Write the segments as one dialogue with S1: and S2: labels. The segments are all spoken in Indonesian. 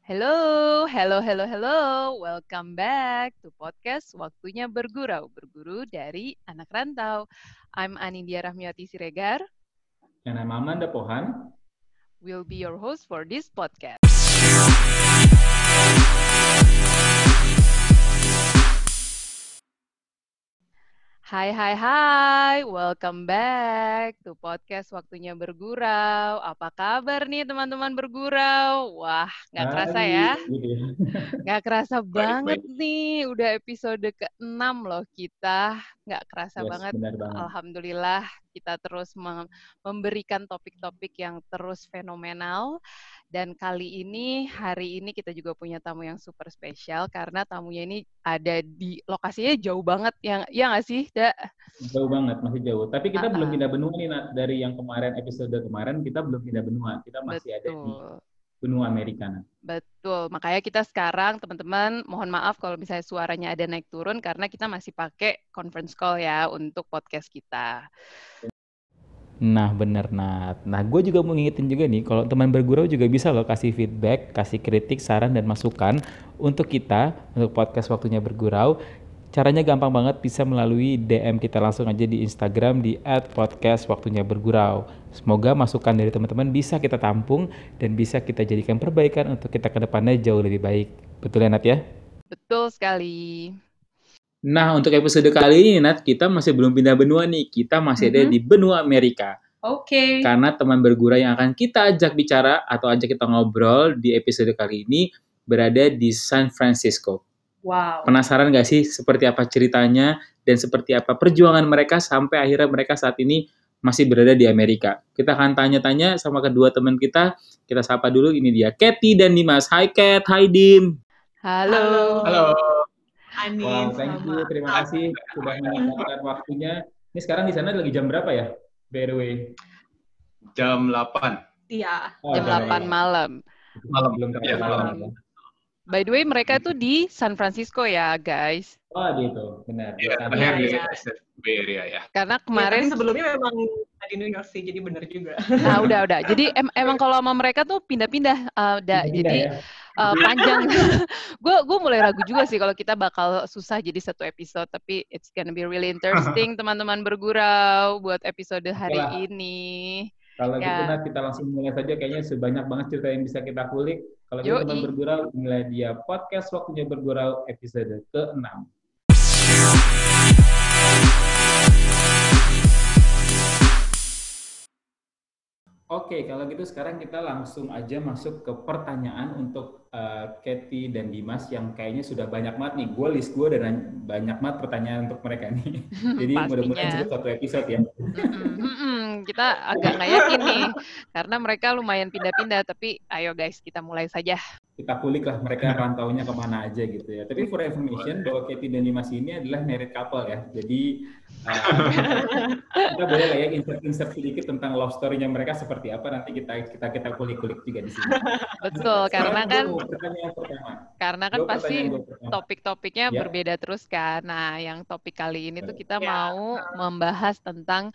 S1: Hello, hello, hello, hello. Welcome back to podcast Waktunya Bergurau, berguru dari anak rantau. I'm Anindya Rahmiwati Siregar.
S2: And I'm Amanda Pohan.
S1: Will be your host for this podcast. Hai, welcome back to podcast Waktunya Bergurau. Apa kabar nih teman-teman bergurau? Wah, nggak kerasa ya?
S2: Gitu ya.
S1: Nggak kerasa banget
S2: Baik.
S1: nih, udah episode ke-6 loh kita. Nggak kerasa
S2: Yes,
S1: banget.
S2: benar banget.
S1: Alhamdulillah kita terus memberikan topik-topik yang terus fenomenal. Dan hari ini kita juga punya tamu yang super spesial karena tamunya ini ada di lokasinya jauh banget. Ya nggak sih, Da?
S2: Jauh banget, masih jauh. Tapi kita belum
S1: Uh-uh.
S2: pindah benua nih, Nat. Dari yang episode kemarin, kita belum pindah benua. Kita masih ada di
S1: Betul.
S2: benua Amerika, Nat.
S1: Betul, makanya kita sekarang teman-teman mohon maaf kalau misalnya suaranya ada naik turun karena kita masih pakai conference call ya untuk podcast kita.
S3: Nah bener Nat. Nah gue juga mau ngingetin juga nih, kalau teman bergurau juga bisa loh kasih feedback, kasih kritik, saran dan masukan untuk kita, untuk podcast Waktunya Bergurau. Caranya gampang banget, bisa melalui DM kita langsung aja di Instagram di @podcastwaktunyabergurau. Semoga masukan dari teman-teman bisa kita tampung dan bisa kita jadikan perbaikan untuk kita ke depannya jauh lebih baik. Betul ya Nat ya?
S1: Betul sekali.
S2: Nah, untuk episode kali ini, Nat, kita masih belum pindah benua nih. Kita masih ada di benua Amerika.
S1: Oke.
S2: Karena teman bergurau yang akan kita ajak bicara atau ajak kita ngobrol di episode kali ini berada di San Francisco.
S4: Wow.
S2: Penasaran gak sih seperti apa ceritanya dan seperti apa perjuangan mereka sampai akhirnya mereka saat ini masih berada di Amerika. Kita akan tanya-tanya sama kedua teman kita. Kita sapa dulu, ini dia Katy dan Dimas. Hai Kat, hai Dim.
S1: Halo.
S4: Anin,
S2: Wow, thank you. Terima kasih sudah menyempatkan waktunya. Ini sekarang di sana lagi jam berapa ya? By the way.
S5: Jam 8.
S4: Iya.
S1: Jam 8 malam.
S2: Belum terlalu malam.
S1: By the way, mereka itu di San Francisco ya, guys.
S2: Oh, gitu. Benar.
S5: Iya, terakhir di Bay Area ya.
S1: Karena kemarin
S4: sebelumnya memang di New York sih, jadi benar juga.
S1: Nah, udah. Jadi emang kalau sama mereka tuh pindah-pindah. Jadi
S2: ya?
S1: Panjang. Gue mulai ragu juga sih kalau kita bakal susah jadi satu episode, tapi it's gonna be really interesting teman-teman bergurau buat episode hari ini.
S2: Kalau gitu Nat, kita langsung mulai saja, kayaknya sebanyak banget cerita yang bisa kita kulik. Kalau gitu teman bergurau, inilah dia podcast Waktunya Bergurau episode ke-6. Oke, kalau gitu sekarang kita langsung aja masuk ke pertanyaan untuk Katy dan Dimas yang kayaknya sudah banyak banget nih. List gue dan banyak banget pertanyaan untuk mereka nih. Jadi mudah-mudahan cukup satu episode ya.
S1: Kita agak nggak yakin nih, karena mereka lumayan pindah-pindah. Tapi ayo guys, kita mulai saja.
S2: Kita kulik lah mereka rantaunya kemana aja gitu ya. Tapi for information, bahwa Katy dan Dimas ini adalah married couple ya. Jadi kita boleh lah ya insert sedikit tentang love story-nya mereka seperti apa, nanti kita kulik-kulik juga di sini.
S1: Betul, karena kan pasti topik-topiknya berbeda terus kan. Nah, yang topik kali ini tuh kita mau membahas tentang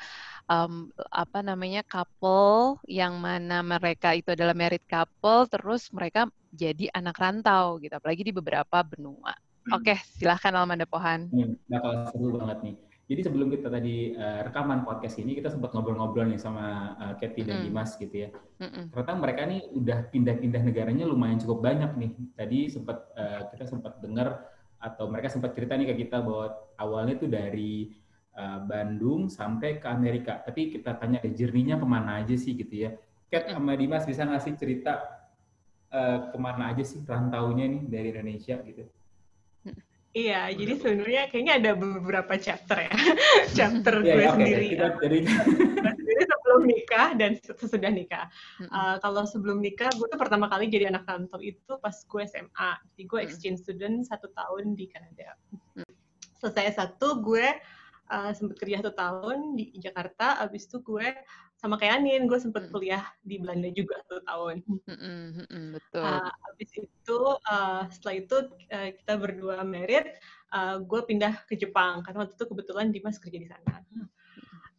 S1: couple yang mana mereka itu adalah married couple, terus mereka jadi anak rantau gitu, apalagi di beberapa benua. Oke, silahkan Amanda Pohan.
S2: Bakal seru banget nih. Jadi sebelum kita tadi rekaman podcast ini, kita sempat ngobrol-ngobrol nih sama Katy dan Dimas gitu ya. Ternyata mereka nih udah pindah-pindah negaranya lumayan cukup banyak nih. Tadi kita sempat dengar atau mereka sempat cerita nih ke kita bahwa awalnya tuh dari Bandung sampai ke Amerika. Tapi kita tanya journey-nya kemana aja sih gitu ya. Kat sama Dimas bisa ngasih cerita kemana aja sih rantaunya nih dari Indonesia gitu.
S4: Iya, jadi sebenarnya kayaknya ada beberapa chapter ya. Chapter gue sendiri. Sendiri sebelum nikah dan sesudah nikah. Kalau sebelum nikah, gue tuh pertama kali jadi anak rantau itu pas gue SMA. Jadi gue exchange student 1 tahun di Kanada. Selesai 1, gue sempat kerja 1 tahun di Jakarta. Abis itu gue sama kayak Anin, gue sempat kuliah di Belanda juga 1 tahun.
S1: Betul.
S4: Abis itu, setelah itu kita berdua married, gue pindah ke Jepang karena waktu itu kebetulan Dimas kerja di sana.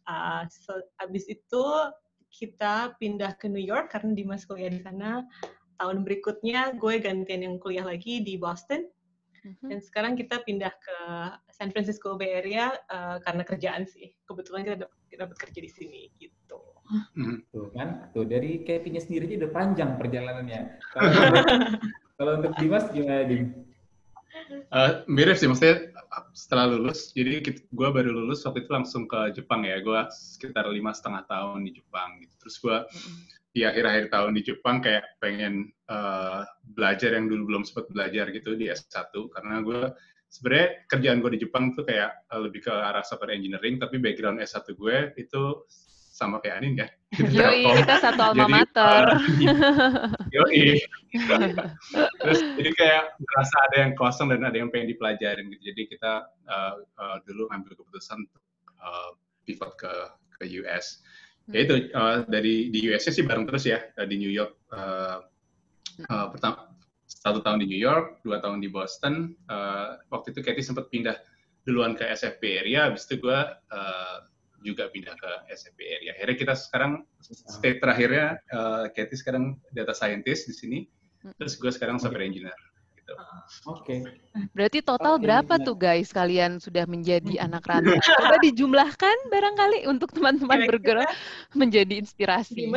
S4: Abis itu kita pindah ke New York karena Dimas kuliah di sana. tahun berikutnya gue gantian yang kuliah lagi di Boston. Dan sekarang kita pindah ke San Francisco Bay Area karena kerjaan sih. Kebetulan kita dapat kerja di sini gitu.
S2: Tuh kan, tuh dari Katie-nya sendiri aja udah panjang perjalanannya. Kalau untuk Dimas gimana, Dim?
S5: Mirip sih, maksudnya setelah lulus, jadi gue baru lulus waktu itu langsung ke Jepang ya. Gue sekitar 5,5 tahun di Jepang gitu. Terus gue di akhir-akhir tahun di Jepang kayak pengen belajar yang dulu belum sempat belajar gitu di S1, karena gue sebenarnya kerjaan gue di Jepang tuh kayak lebih ke arah software engineering, tapi background S1 gue itu sama kayak Anin ya.
S1: Yoi, kita satu alma mater.
S5: Yoi. Terus jadi kayak merasa ada yang kosong dan ada yang pengen dipelajarin gitu. Jadi kita dulu ngambil keputusan untuk pivot ke US. Ya itu di US-nya sih bareng terus ya, di New York pertama 1 tahun di New York, 2 tahun di Boston. Waktu itu Katie sempat pindah duluan ke SFP area, habis itu gue juga pindah ke SFP area. Akhirnya kita sekarang stage terakhirnya Katie sekarang data scientist di sini, terus gue sekarang software engineer. Gitu.
S2: Oke.
S1: Berarti total berapa tuh guys kalian sudah menjadi anak rantau? Coba dijumlahkan barangkali untuk teman-teman bergerak menjadi inspirasi.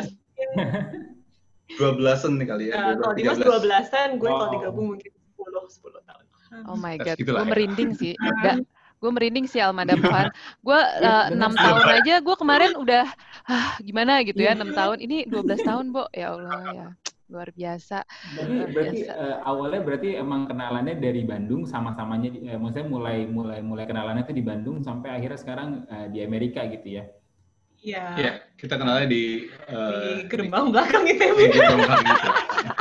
S5: 12-an nih kali ya.
S4: Kalau Dimas 12-an, gue kalau digabung mungkin 10 tahun.
S1: Oh my god,
S5: Gitu
S1: gue
S5: ya.
S1: merinding sih. Gue merinding sih Almada Pohan. Gue 6 tahun aja, gue kemarin udah gimana gitu ya, 6 tahun. Ini 12 tahun, Bo. Ya Allah ya. Luar biasa.
S2: Berarti awalnya berarti emang kenalannya dari Bandung, sama-samanya maksudnya mulai kenalannya itu di Bandung sampai akhirnya sekarang di Amerika gitu ya.
S4: Iya.
S5: Iya, kita kenalnya di
S4: gerbang belakang itu ya.
S5: Di gerbang belakang itu.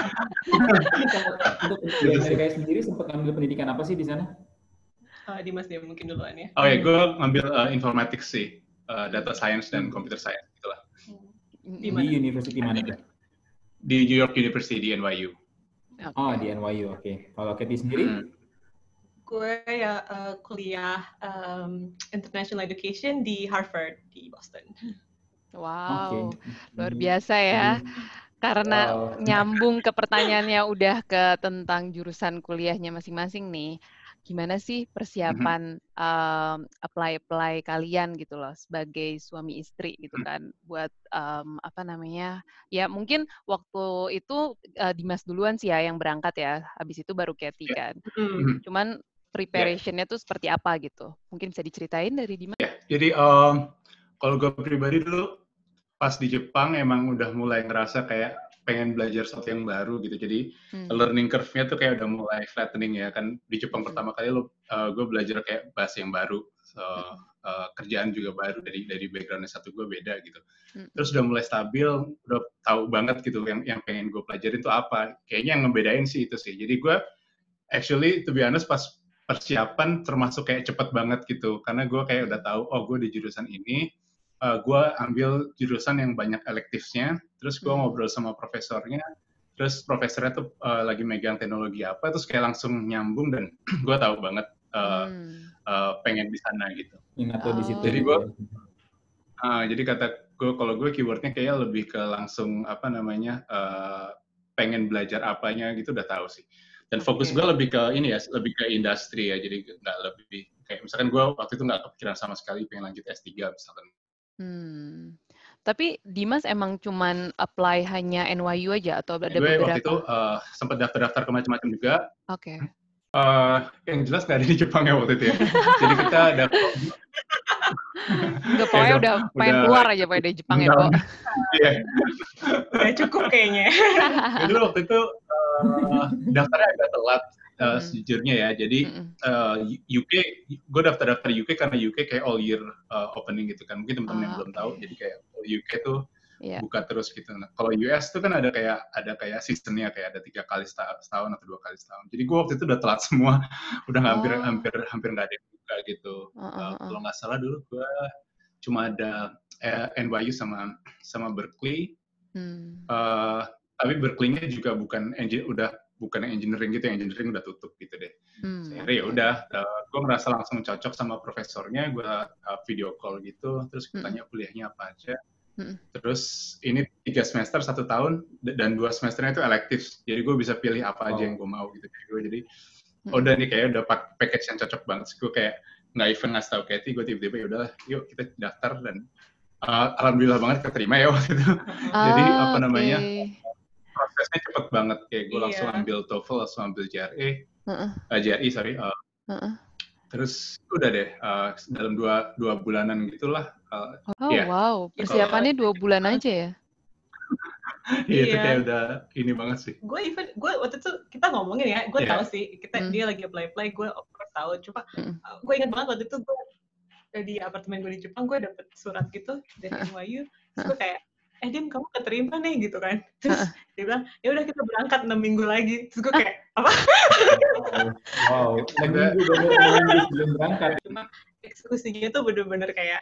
S2: Untuk di Amerika sendiri sempat ngambil pendidikan apa sih di sana?
S4: Dimas dia mungkin duluan ya.
S5: Oh ya, gue ngambil informatics sih, data science dan computer science gitulah.
S2: Di university mana tuh?
S5: Di New York University di NYU.
S2: Oh di NYU, oke. Kalau Katie sendiri?
S4: Gue ya kuliah International Education di Harvard di Boston.
S1: Wow, luar biasa ya. Karena nyambung ke pertanyaannya udah ke tentang jurusan kuliahnya masing-masing nih. Gimana sih persiapan apply kalian gitu loh sebagai suami istri gitu kan buat ya mungkin waktu itu Dimas duluan sih ya yang berangkat ya, habis itu baru Katie kan. Cuman preparationnya tuh seperti apa gitu? Mungkin bisa diceritain dari Dimas?
S5: Ya, jadi kalau gue pribadi dulu pas di Jepang emang udah mulai ngerasa kayak pengen belajar sesuatu yang baru gitu. Jadi learning curve-nya tuh kayak udah mulai flattening ya kan. Di Jepang pertama kali gue belajar kayak bahasa yang baru, kerjaan juga baru dari background S1 gue beda gitu. Terus udah mulai stabil, udah tahu banget gitu yang pengen gue pelajarin tuh apa. Kayaknya yang ngebedain sih itu sih. Jadi gue actually to be honest pas persiapan termasuk kayak cepet banget gitu. Karena gue kayak udah tahu, oh gue di jurusan ini, gue ambil jurusan yang banyak elektifnya, terus gue ngobrol sama profesornya, terus profesornya tuh lagi megang teknologi apa, terus kayak langsung nyambung dan gue tahu banget pengen di sana gitu.
S2: Ingat tuh di situ.
S5: Jadi jadi kata gue kalau gue keywordnya kayak lebih ke langsung pengen belajar apanya gitu udah tahu sih. Dan fokus gue lebih ke lebih ke industri ya, jadi nggak lebih kayak misalkan gue waktu itu nggak kepikiran sama sekali pengen lanjut S3 misalkan.
S1: Tapi Dimas emang cuman apply hanya NYU aja atau ada beberapa?
S5: Waktu itu sempat daftar-daftar ke macam-macam juga.
S1: Oke.
S5: Yang jelas nggak ada di Jepang ya waktu itu ya. Jadi kita daftar.
S1: Enggak, pokoknya udah pengen keluar aja Pak dari Jepang ya, Pak.
S5: Iya.
S4: Udah cukup kayaknya.
S5: Jadi waktu itu daftarnya agak telat. Sejujurnya ya, jadi UK, gue daftar UK karena UK kayak all year opening gitu kan, mungkin teman-teman yang belum tahu, jadi kayak UK tuh buka terus gitu. Nah, kalau US tuh kan ada kayak sistemnya kayak ada 3 kali setahun atau 2 kali setahun. Jadi gue waktu itu udah telat semua, udah hampir nggak ada yang buka gitu. Kalau nggak salah dulu gue cuma ada NYU sama Berkeley, tapi Berkeley-nya juga bukan yang engineering gitu, yang engineering udah tutup gitu deh. Akhirnya ya udah, gue merasa langsung cocok sama profesornya, gue video call gitu, terus gue tanya kuliahnya apa aja, Terus ini 3 semester 1 tahun dan 2 semesternya itu elective. Jadi gue bisa pilih apa aja yang gue mau gitu. Jadi udah nih kayak udah package yang cocok banget. Gue kayak nggak even ngasih tau Katie, gue tiba-tiba ya udahlah, yuk kita daftar dan alhamdulillah banget keterima ya waktu itu. Jadi apa namanya prosesnya cepet banget, kayak gue langsung ambil TOEFL, langsung ambil JRE, JRE sorry. Terus udah deh dalam 2 bulanan gitulah.
S1: Wow, persiapannya 2 bulan aja ya?
S5: Iya, itu kayak udah ini banget sih.
S4: Gue waktu itu kita ngomongin ya, gue tahu sih dia lagi apply, gue of course tahu. Cuma gue ingat banget waktu itu gue di apartemen gue di Jepang, gue dapet surat gitu dari NYU. Terus gue kayak, Dim kamu keterima nih gitu kan. Terus dia bilang, ya udah kita berangkat 6 minggu lagi. Terus gue kayak, apa?
S2: Wow, 6 minggu belum berangkat.
S4: Eksekusinya tuh bener-bener kayak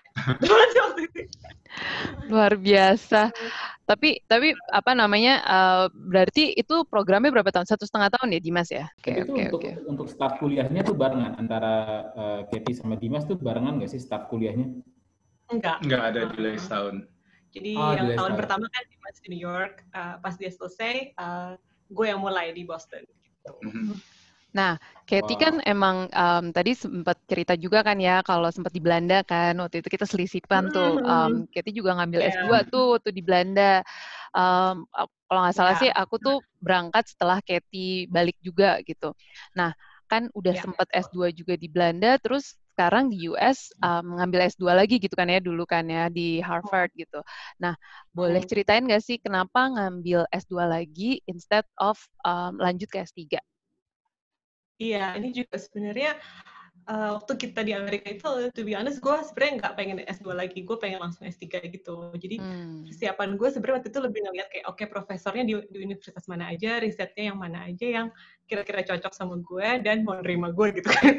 S1: luar biasa. Tapi apa namanya? Berarti itu programnya berapa tahun? 1,5 tahun ya, Dimas ya?
S2: Oke. Untuk start kuliahnya tuh barengan antara Katie sama Dimas tuh barengan nggak sih start kuliahnya?
S4: Enggak
S5: ada delay setahun.
S4: Jadi yang tahun pertama kan Dimas di New York, pas dia selesai, gue yang mulai di Boston. Gitu.
S1: Nah, Katie kan emang tadi sempat cerita juga kan ya, kalau sempat di Belanda kan, waktu itu kita selisipan tuh. Katie juga ngambil S2 tuh waktu di Belanda. Kalau nggak salah sih, aku tuh berangkat setelah Katie balik juga gitu. Nah, kan udah sempat S2 juga di Belanda, terus sekarang di US ngambil S2 lagi gitu kan ya, dulu kan ya di Harvard gitu. Nah, boleh ceritain nggak sih kenapa ngambil S2 lagi instead of lanjut ke S3?
S4: Iya, ini juga sebenarnya waktu kita di Amerika itu, to be honest, gue sebenarnya nggak pengen S2 lagi, gue pengen langsung S3 gitu. Jadi persiapan gue sebenarnya waktu itu lebih ngeliat kayak, oke, profesornya di universitas mana aja, risetnya yang mana aja yang kira-kira cocok sama gue dan mau nerima gue gitu kan.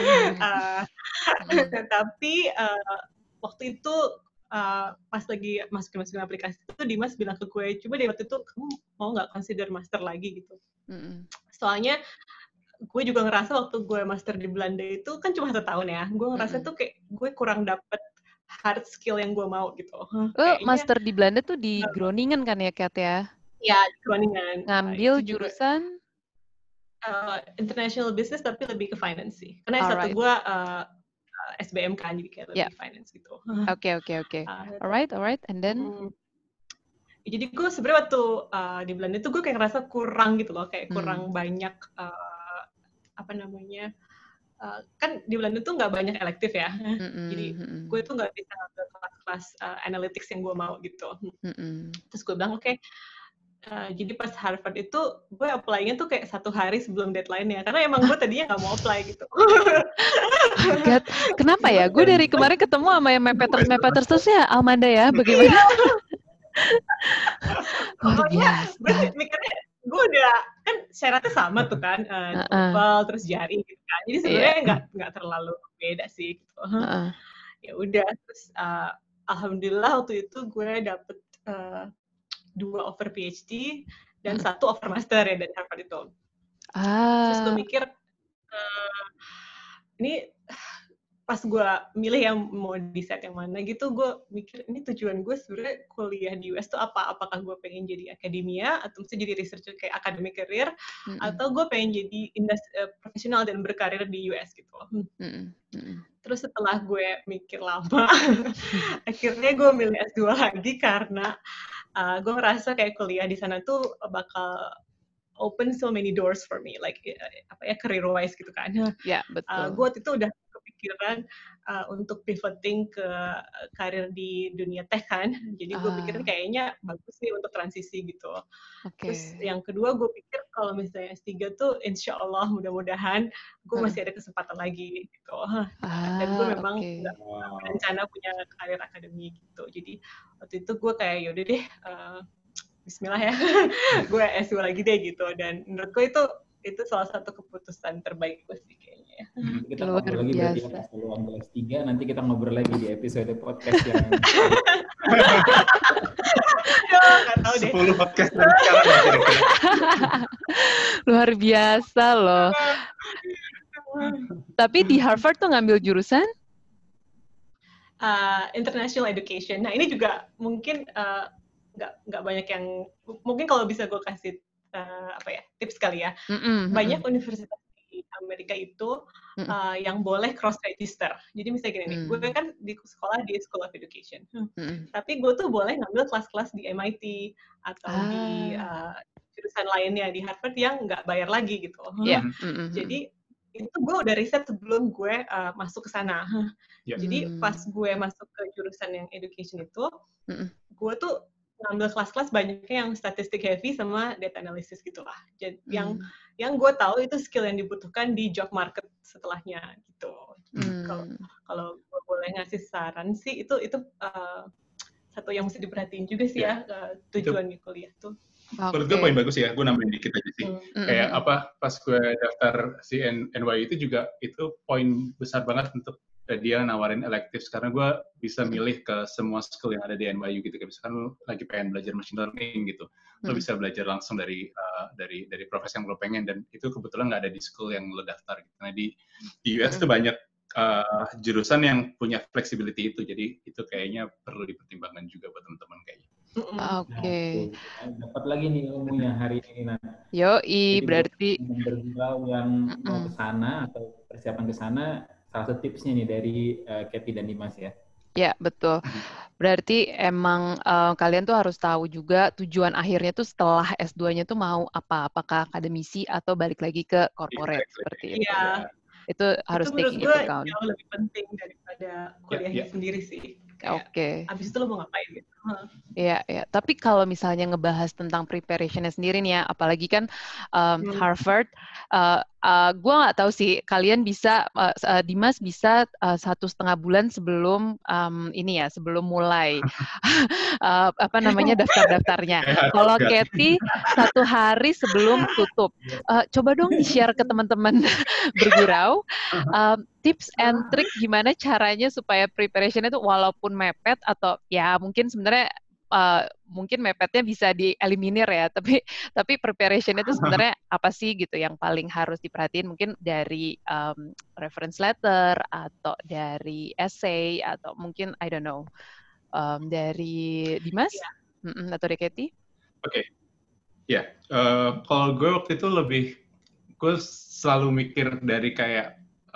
S4: Tapi waktu itu pas lagi masukin aplikasi itu, Dimas bilang ke gue, coba deh waktu itu kamu mau nggak consider master lagi gitu. Soalnya gue juga ngerasa waktu gue master di Belanda itu kan cuma 1 tahun ya. Gue ngerasa tuh kayak gue kurang dapet hard skill yang gue mau gitu.
S1: Master di Belanda tuh di Groningen kan ya, Kat ya?
S4: Iya, di Groningen.
S1: Ngambil jurusan?
S4: International Business tapi lebih ke finance sih. Karena S1 gue SBM kan, jadi kayak lebih finance gitu.
S1: Oke. Alright. And then?
S4: Jadi gue sebenarnya waktu di Belanda itu gue kayak ngerasa kurang gitu loh, kayak kurang banyak kan di Belanda tuh nggak banyak elektif ya, jadi gue tuh nggak bisa ngambil kelas analytics yang gue mau gitu. Terus gue bilang oke. Jadi pas Harvard itu gue apply-nya tuh kayak 1 hari sebelum deadline-nya, karena emang gue tadinya nggak mau apply gitu.
S1: God, kenapa ya? Gue dari kemarin ketemu sama yang mepeters terus ya, Almanda ya, bagaimana? Luar biasa.
S4: Gue mikirnya gue udah kan syaratnya sama tuh kan, TOEFL terus JRE gitu kan, jadi sebenarnya nggak terlalu beda sih gitu. Ya udah, terus alhamdulillah waktu itu gue dapet 2 offer PhD dan 1 offer master ya dari Harvard itu. Terus gue mikir ini pas gue milih yang mau di-set yang mana gitu, gue mikir ini tujuan gue sebenarnya kuliah di US tuh apa? Apakah gue pengen jadi akademia atau mesti jadi researcher kayak academic career, atau gue pengen jadi profesional dan berkarir di US gitu. Terus setelah gue mikir lama, akhirnya gue milih S2 lagi karena gue ngerasa kayak kuliah di sana tuh bakal open so many doors for me, like career wise gitu kan.
S1: Ya, betul.
S4: Gue waktu itu udah kepikiran untuk pivoting ke karir di dunia tech kan, jadi gue pikirin kayaknya bagus nih untuk transisi gitu. Terus yang kedua gue pikir kalau misalnya S3 tuh insya Allah mudah-mudahan gue masih ada kesempatan lagi gitu. Dan gue memang nggak berencana punya karir akademi gitu, jadi waktu itu gue kayak yaudah deh, Bismillah ya, gue S2 lagi deh gitu. Dan menurut gue itu salah satu keputusan terbaik gue sih kayaknya ya.
S2: Kita ngobrol lagi berarti ya, pas lu ambil S3, nanti kita ngobrol lagi di episode podcast yang
S4: nggak tahu deh.
S5: 10 podcast dari sekarang ya kira-kira.
S1: Luar biasa loh. Tapi di Harvard tuh ngambil jurusan?
S4: international education. Nah, ini juga mungkin nggak banyak yang, mungkin kalau bisa gue kasih tips kali ya. Banyak universitas di Amerika itu yang boleh cross register. Jadi misalnya gini nih, gue kan di sekolah di School of Education, tapi gue tuh boleh ngambil kelas-kelas di MIT atau di jurusan lainnya di Harvard yang nggak bayar lagi gitu. Jadi itu gue udah riset sebelum gue masuk ke sana. Jadi pas gue masuk ke jurusan yang education itu, gue tuh ngambil kelas-kelas banyaknya yang statistik heavy sama data analysis gitulah. Jadi yang gue tahu itu skill yang dibutuhkan di job market setelahnya gitu. Kalau gue boleh ngasih saran sih, itu satu yang mesti diperhatiin juga sih ya, tujuan kuliah tuh.
S5: Menurut gue poin bagus ya, gue nambahin dikit aja sih. Kayak pas gue daftar si NYU itu juga, itu poin besar banget untuk dia nawarin electives, karena gue bisa milih ke semua skill yang ada di NYU gitu. Kayak misalkan lo lagi pengen belajar machine learning gitu, lo bisa belajar langsung dari profesi yang lo pengen, dan itu kebetulan nggak ada di school yang lo daftar gitu. Nah di US tuh banyak jurusan yang punya flexibility itu, jadi itu kayaknya perlu dipertimbangkan juga buat teman-teman kayaknya.
S1: Oke.
S2: Dapat lagi nih ilmunya hari ini, Nat.
S1: Yoi, berarti
S2: bergurau yang mau ke sana atau persiapan ke sana, salah satu tipsnya nih dari Katie dan Dimas ya.
S1: Ya, betul. Berarti emang kalian tuh harus tahu juga tujuan akhirnya tuh setelah S2-nya tuh mau apa? Apakah akademisi atau balik lagi ke corporate seperti itu.
S4: Iya.
S1: Itu harus take into account.
S4: Itu jauh lebih penting daripada kuliahnya sendiri sih.
S1: Oke.
S4: Abis itu lo mau ngapain gitu.
S1: Iya, ya. Tapi kalau misalnya ngebahas tentang preparationnya sendiri nih ya, apalagi kan Harvard, gue nggak tahu sih, kalian bisa, Dimas bisa 1,5 bulan sebelum ini ya, sebelum mulai daftar-daftarnya. Kalau Katie 1 hari sebelum tutup. Coba dong di-share ke teman-teman bergurau. Tips and trick gimana caranya supaya preparation-nya itu walaupun mepet atau ya mungkin sebenarnya mungkin mepetnya bisa dieliminir ya, tapi preparation itu sebenarnya apa sih gitu yang paling harus diperhatiin, mungkin dari reference letter atau dari essay atau mungkin I don't know dari Dimas atau dari Katie?
S5: Oke. Ya, kalau gue waktu itu gue selalu mikir dari kayak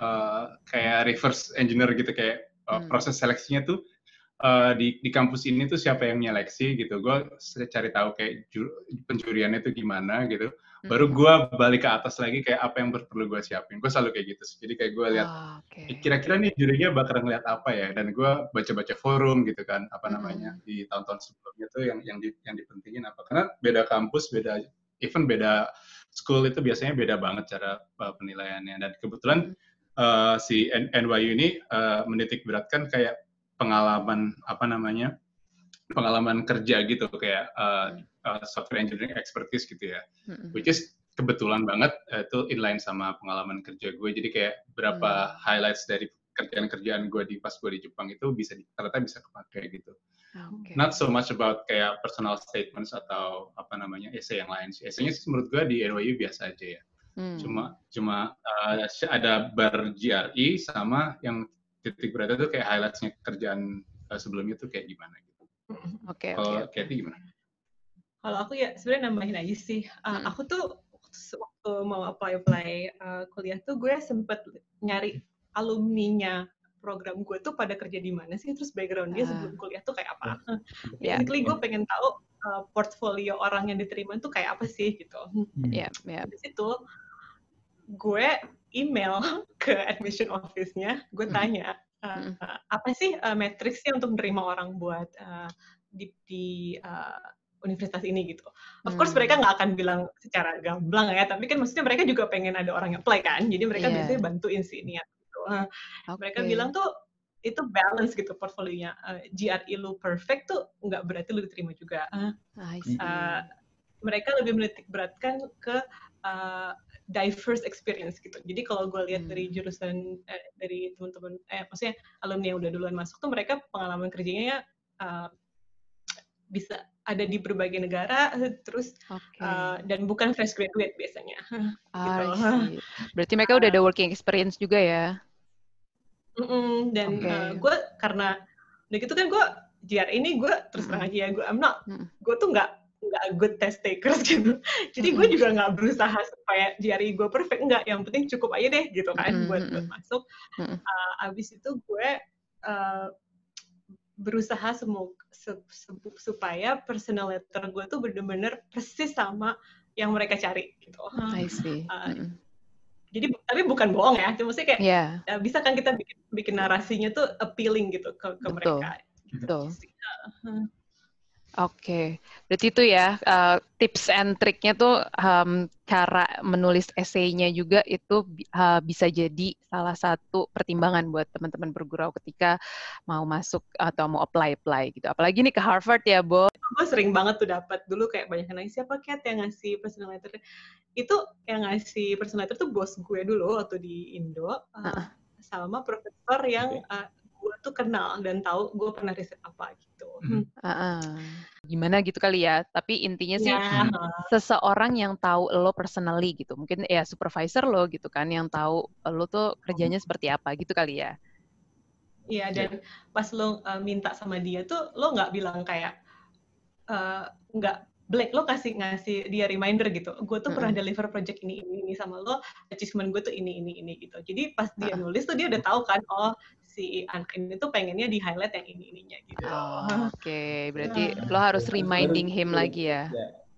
S5: reverse engineer gitu, kayak proses seleksinya tuh di kampus ini tuh siapa yang menyeleksi gitu. Gue cari tahu kayak penjuriannya tuh gimana gitu. Baru gue balik ke atas lagi kayak apa yang perlu gue siapin. Gue selalu kayak gitu. Jadi kayak gue lihat kira-kira nih jurinya bakal ngeliat apa ya. Dan gue baca-baca forum gitu kan, apa namanya di tahun-tahun sebelumnya tuh yang dipentingin apa. Karena beda kampus, beda school itu biasanya beda banget cara penilaiannya. Dan kebetulan si NYU ini menitik beratkan kayak pengalaman kerja gitu, kayak software engineering expertise gitu ya, which is kebetulan banget itu inline sama pengalaman kerja gue. Jadi kayak berapa highlights dari kerjaan gue pas gue di Jepang itu ternyata bisa kepake gitu. Not so much about kayak personal statements atau essay yang lain sih. Essaynya sih menurut gue di NYU biasa aja ya. Cuma ada bar GRE sama yang titik beratnya tuh kayak highlights-nya kerjaan sebelumnya tuh kayak gimana gitu. Kalau Katie gimana?
S4: Kalau aku ya sebenarnya nambahin aja sih. Aku tuh waktu mau apply kuliah tuh gue sempet nyari alumninya program gue tuh pada kerja di mana sih, terus background dia sebelum kuliah tuh kayak apa. Basically gue pengen tahu portfolio orang yang diterima tuh kayak apa sih gitu. Habis itu gue email ke admission office-nya, gue tanya, apa sih matriksnya untuk menerima orang buat di universitas ini gitu. Of course mereka nggak akan bilang secara gamblang ya, tapi kan maksudnya mereka juga pengen ada orang yang apply kan, jadi mereka biasanya bantuin sih niat gitu. Mereka bilang tuh itu balance gitu portfolionya. GRE lu perfect tuh nggak berarti lu diterima juga. Mereka lebih menitik beratkan ke diverse experience gitu. Jadi kalau gue lihat dari jurusan dari teman-teman, maksudnya alumni yang udah duluan masuk tuh mereka pengalaman kerjanya bisa ada di berbagai negara, terus dan bukan fresh graduate biasanya. Gitu.
S1: Berarti mereka udah ada working experience juga ya?
S4: Dan gue karena Udah gitu kan gue GRE ini gue terus terang aja ya, gue tuh nggak good test takers gitu. Jadi gue juga nggak berusaha supaya GRE gue perfect, nggak. Yang penting cukup aja deh gitu kan buat masuk. Abis itu gue berusaha supaya personal letter gue tuh bener-bener persis sama yang mereka cari gitu.
S1: I see.
S4: Jadi tapi bukan bohong ya, cuma sih kayak bisa kan kita bikin narasinya tuh appealing gitu ke mereka.
S1: Betul. Oke, berarti itu ya tips and triknya tuh cara menulis esainya juga itu bisa jadi salah satu pertimbangan buat teman-teman bergurau ketika mau masuk atau mau apply gitu. Apalagi nih ke Harvard ya, Bo.
S4: Gue sering banget tuh dapat dulu kayak banyak yang nanya, siapa Kat yang ngasih personal letter? Itu yang ngasih personal letter tuh bos gue dulu waktu di Indo, sama profesor yang gue tuh kenal dan tahu gue pernah riset apa gitu.
S1: Gimana gitu kali ya, tapi intinya sih seseorang yang tahu lo personally gitu, mungkin ya supervisor lo gitu kan, yang tahu lo tuh kerjanya seperti apa gitu kali ya.
S4: Iya, dan pas lo minta sama dia tuh lo nggak bilang kayak nggak blank, lo ngasih dia reminder gitu, gue tuh pernah deliver project ini sama lo, achievement gue tuh ini gitu. Jadi pas dia nulis tuh dia udah tahu kan, oh si anak ini tuh pengennya di highlight yang ininya gitu.
S1: Oke, berarti lo harus reminding him lagi ya.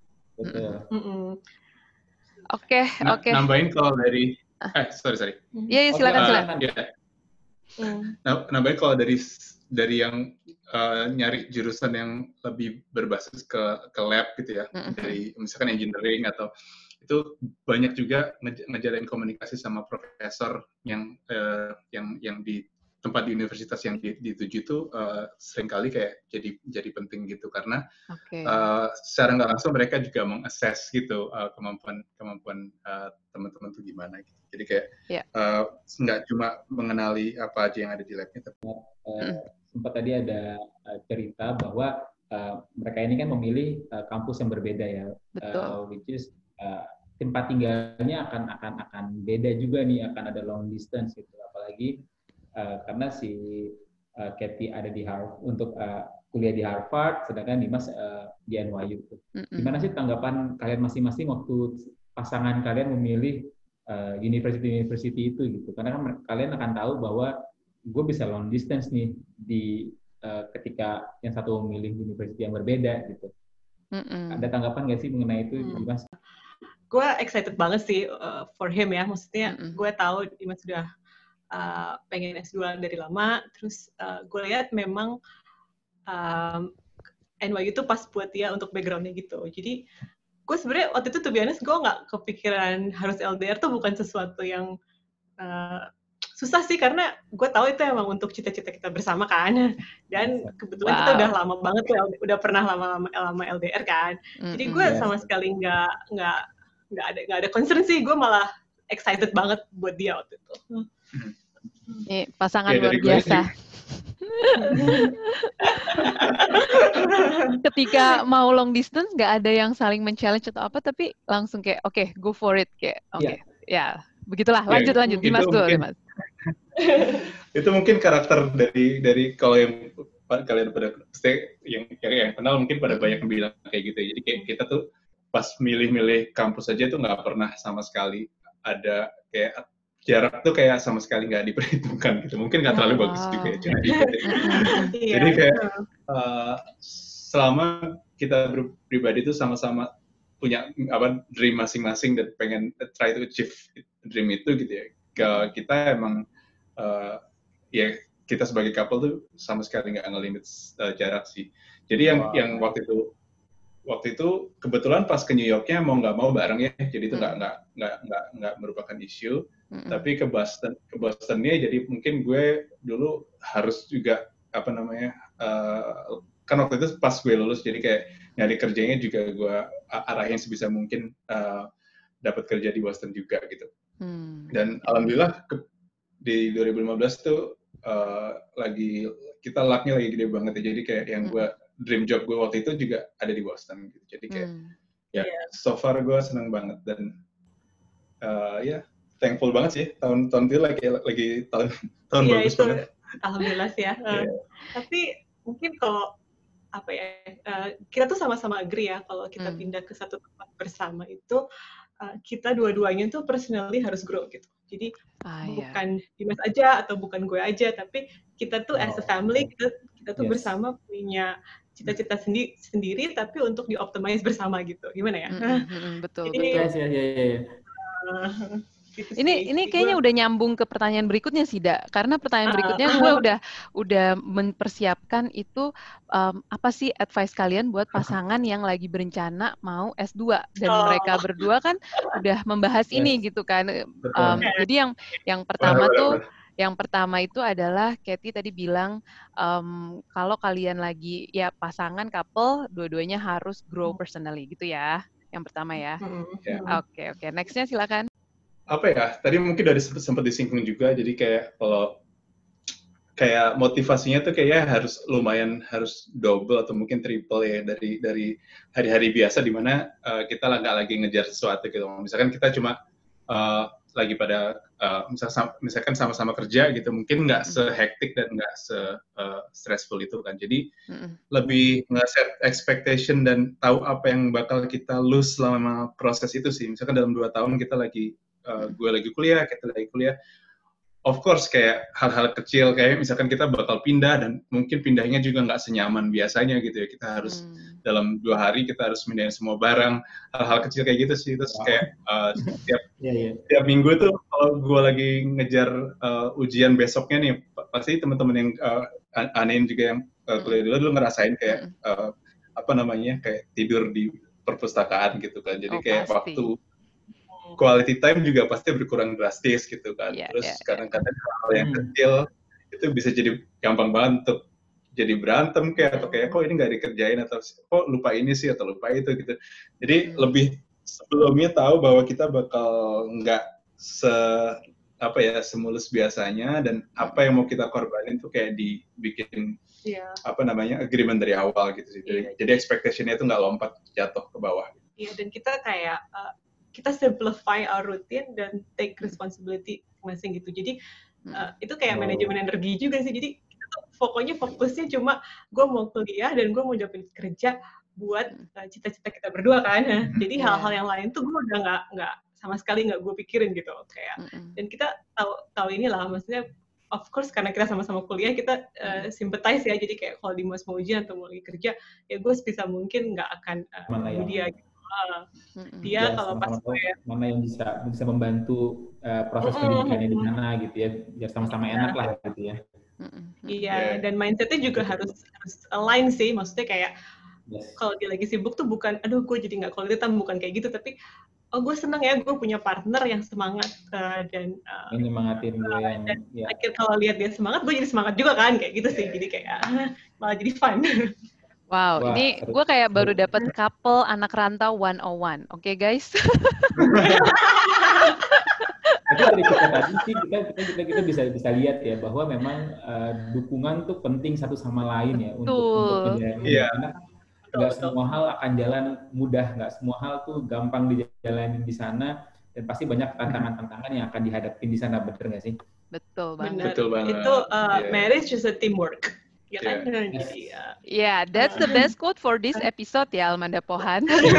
S1: Oke.
S5: Nambahin kalau dari sorry.
S1: Iya, silakan.
S5: Nambahin kalau dari yang nyari jurusan yang lebih berbasis ke lab gitu ya, dari misalkan engineering atau itu banyak juga ngejalin komunikasi sama profesor yang di tempat di universitas yang dituju itu seringkali kayak jadi penting gitu, karena secara nggak langsung mereka juga meng-assess gitu kemampuan teman-teman tuh gimana gitu. Jadi kayak nggak cuma mengenali apa aja yang ada di labnya, tapi
S2: sempat tadi ada cerita bahwa mereka ini kan memilih kampus yang berbeda ya, which is tempat tinggalnya akan beda juga nih, akan ada long distance gitu, apalagi karena si Kathy ada di Harvard untuk kuliah di Harvard, sedangkan Dimas di NYU. Gimana sih tanggapan kalian masing-masing waktu pasangan kalian memilih university itu gitu? Karena kan kalian akan tahu bahwa gue bisa long distance nih di ketika yang satu memilih university yang berbeda gitu. Ada tanggapan nggak sih mengenai itu, Dimas?
S4: Gue excited banget sih for him ya, maksudnya gue tahu Dimas sudah pengen S2 dari lama, terus gue lihat memang NYU itu pas buat dia untuk background-nya gitu. Jadi gue sebenarnya waktu itu to be honest, gue nggak kepikiran harus LDR tuh bukan sesuatu yang susah sih, karena gue tahu itu emang untuk cita-cita kita bersama kan, dan kebetulan kita udah lama banget tuh, udah pernah lama LDR kan. Jadi gue sama sekali nggak ada concern sih, gue malah excited banget buat dia waktu itu.
S1: Pasangan luar biasa. Ketika mau long distance nggak ada yang saling men-challenge atau apa, tapi langsung kayak oke, go for it, kayak ya begitulah, lanjut Dimas tuh.
S5: Itu mungkin karakter dari kalau yang kalian pada yang kenal mungkin pada banyak yang bilang kayak gitu ya. Jadi kayak kita tuh pas milih kampus aja tuh nggak pernah sama sekali ada kayak jarak tuh kayak sama sekali nggak diperhitungkan gitu. Mungkin nggak terlalu bagus juga ya. Jadi kayak selama kita pribadi tuh sama-sama punya dream masing-masing dan pengen try to achieve dream itu gitu ya. Kita emang ya kita sebagai couple tuh sama sekali nggak ngelimit jarak sih. Jadi yang waktu itu kebetulan pas ke New Yorknya mau nggak mau bareng ya, jadi itu nggak merupakan isu. Tapi ke Bostonnya jadi mungkin gue dulu harus juga kan waktu itu pas gue lulus, jadi kayak nyari kerjanya juga gue arahin sebisa mungkin dapat kerja di Boston juga gitu. Dan alhamdulillah di 2015 tuh lagi kita lucknya lagi gede banget ya, jadi kayak yang gue dream job gue waktu itu juga ada di Boston gitu. Jadi kayak so far gue seneng banget dan thankful banget sih, tahun itu lagi tahun bagus
S4: itu,
S5: banget.
S4: Alhamdulillah sih ya. Tapi mungkin kalau kita tuh sama-sama agree ya kalau kita pindah ke satu tempat bersama itu kita dua-duanya tuh personally harus grow gitu. Jadi bukan Dimas aja atau bukan gue aja, tapi kita tuh as a family kita tuh bersama punya cita-cita sendiri tapi untuk di-optimize bersama gitu. Gimana ya?
S1: Betul. Ini kayaknya udah nyambung ke pertanyaan berikutnya sih, Da. Karena pertanyaan berikutnya gue udah mempersiapkan itu apa sih advice kalian buat pasangan yang lagi berencana mau S2 dan mereka berdua kan udah membahas ini gitu kan. Jadi yang pertama itu adalah Katie tadi bilang kalau kalian lagi ya pasangan couple dua-duanya harus grow personally gitu ya. Yang pertama ya. Oke. Nextnya silakan.
S5: Apa ya, tadi mungkin dari sempat disinggung juga, jadi kayak motivasinya tuh kayaknya harus double atau mungkin triple ya dari hari-hari biasa di mana kita nggak lagi ngejar sesuatu gitu. Misalkan kita cuma lagi pada misalkan sama-sama kerja gitu, mungkin nggak se-hektik dan nggak se-stressful itu kan. Jadi lebih nge-set expectation dan tahu apa yang bakal kita lose selama proses itu sih. Misalkan dalam 2 tahun kita gue lagi kuliah, kita lagi kuliah. Of course, kayak hal-hal kecil, kayak misalkan kita bakal pindah dan mungkin pindahnya juga nggak senyaman biasanya gitu ya. Kita harus dalam 2 hari kita harus pindahin semua barang, hal-hal kecil kayak gitu sih. Terus kayak tiap minggu tuh kalau gue lagi ngejar ujian besoknya nih, pasti teman-teman yang anein juga yang kuliah dulu ngerasain kayak kayak tidur di perpustakaan gitu kan. Jadi kayak waktu quality time juga pasti berkurang drastis gitu kan. Terus kadang-kadang hal yang kecil itu bisa jadi gampang banget untuk jadi berantem kayak atau kayak kok ini nggak dikerjain atau kok lupa ini sih atau lupa itu gitu. Jadi lebih sebelumnya tahu bahwa kita bakal nggak semulus biasanya dan apa yang mau kita korbanin tuh kayak dibikin agreement dari awal gitu sih. Jadi expectation-nya itu nggak lompat jatuh ke bawah.
S4: Iya, dan kita kayak kita simplify our routine dan take responsibility masing gitu. Jadi itu kayak manajemen energi juga sih. Jadi kita tuh pokoknya fokusnya cuma gue mau kuliah dan gue mau dapat kerja buat cita-cita kita berdua kan. Jadi hal-hal yang lain tuh gue udah nggak sama sekali nggak gue pikirin gitu kayak. Dan kita tahu inilah, maksudnya of course karena kita sama-sama kuliah kita sympathize ya. Jadi kayak kalau Dimas mau ujian atau mau lagi kerja ya gue sebisa mungkin nggak akan dia gitu. Dia kalau pas
S2: mana yang bisa membantu proses pendidikannya di mana gitu ya, biar sama-sama enak lah gitu ya.
S4: Iya, dan mindsetnya juga harus align sih, maksudnya kayak kalau dia lagi sibuk tuh bukan, aduh gue jadi nggak quality time, bukan kayak gitu, tapi gue senang ya gue punya partner yang semangat dan
S2: nyemangatin gue
S4: dan akhir kalau lihat dia semangat, gue jadi semangat juga kan, kayak gitu sih, jadi kayak malah jadi fun.
S1: Wow, ini gue kayak baru dapat couple anak rantau 101. Oke, guys.
S2: Tapi dari kita tadi sih kita bisa lihat ya bahwa memang dukungan tuh penting satu sama lain ya untuk menjalani. Karena nggak semua hal akan jalan mudah, nggak semua hal tuh gampang dijalanin di sana dan pasti banyak tantangan-tantangan yang akan dihadapin di sana, bener nggak sih?
S1: Betul banget.
S5: Betul banget.
S4: Itu marriage is a teamwork. Ya kan?
S1: That's the best quote for this episode ya, Almanda Pohan.